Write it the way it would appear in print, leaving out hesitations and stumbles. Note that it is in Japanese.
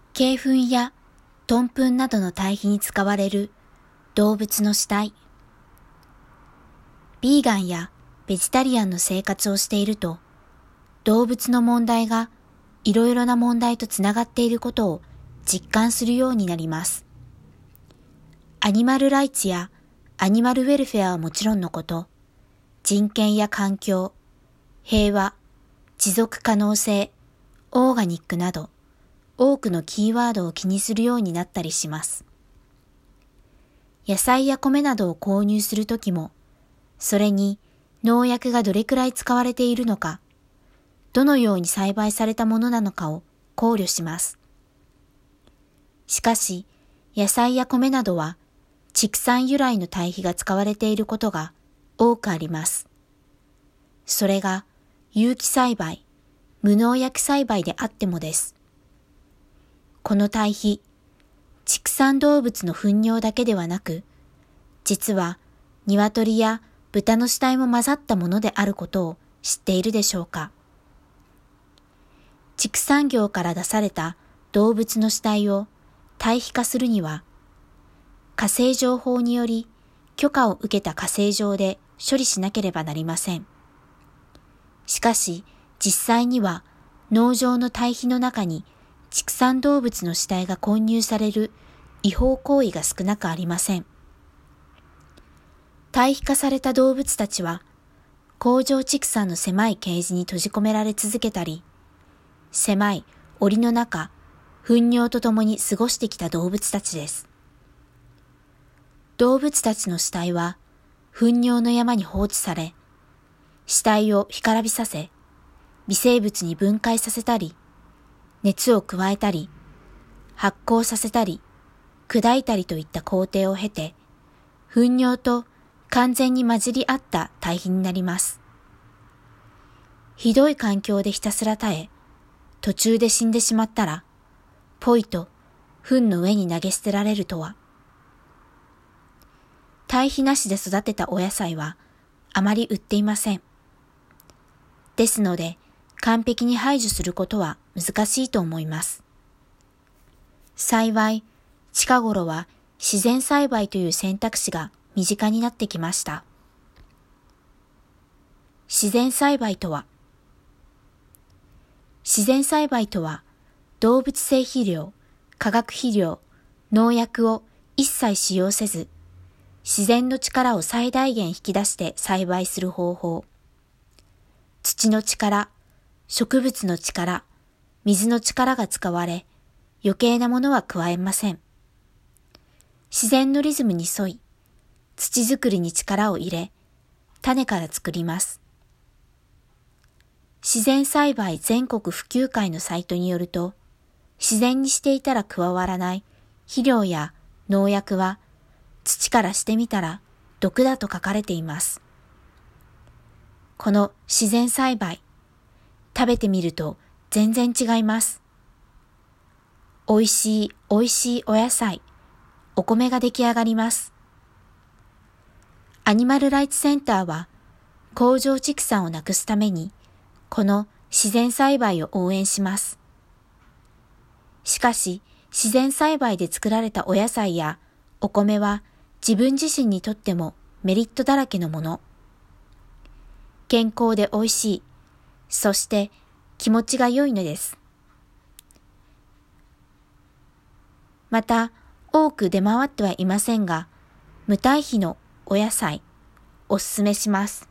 鶏糞や豚糞などの堆肥に使われる動物の死体。ビーガンやベジタリアンの生活をしていると、動物の問題がいろいろな問題とつながっていることを実感するようになります。アニマルライツやアニマルウェルフェアはもちろんのこと、人権や環境、平和、持続可能性、オーガニックなど、多くのキーワードを気にするようになったりします。野菜や米などを購入するときも、それに農薬がどれくらい使われているのか、どのように栽培されたものなのかを考慮します。しかし、野菜や米などは畜産由来の堆肥が使われていることが多くあります。それが有機栽培、無農薬栽培であってもです。この堆肥、畜産動物の糞尿だけではなく、実は鶏や豚の死体も混ざったものであることを知っているでしょうか。畜産業から出された動物の死体を堆肥化するには、化成場法により許可を受けた化成場で処理しなければなりません。しかし実際には農場の堆肥の中に畜産動物の死体が混入される違法行為が少なくありません。堆肥化された動物たちは工場畜産の狭いケージに閉じ込められ続けたり、狭い檻の中、糞尿とともに過ごしてきた動物たちです。動物たちの死体は糞尿の山に放置され、死体を干からびさせ、微生物に分解させたり、熱を加えたり、発酵させたり、砕いたりといった工程を経て、糞尿と完全に混じり合った堆肥になります。ひどい環境でひたすら耐え、途中で死んでしまったら、ポイと糞の上に投げ捨てられるとは。堆肥なしで育てたお野菜はあまり売っていません。ですので、完璧に排除することは難しいと思います。幸い、近頃は自然栽培という選択肢が身近になってきました。自然栽培とは、自然栽培とは、動物性肥料、化学肥料、農薬を一切使用せず、自然の力を最大限引き出して栽培する方法。土の力、植物の力、水の力が使われ、余計なものは加えません。自然のリズムに沿い、土作りに力を入れ、種から作ります。自然栽培全国普及会のサイトによると、自然にしていたら加わらない肥料や農薬は、土からしてみたら毒だと書かれています。この自然栽培、食べてみると全然違います。おいしいお野菜、お米が出来上がります。アニマルライツセンターは工場畜産をなくすためにこの自然栽培を応援します。しかし自然栽培で作られたお野菜やお米は自分自身にとってもメリットだらけのもの。健康で美味しい、そして気持ちが良いのです。また、多く出回ってはいませんが、無堆肥のお野菜、おすすめします。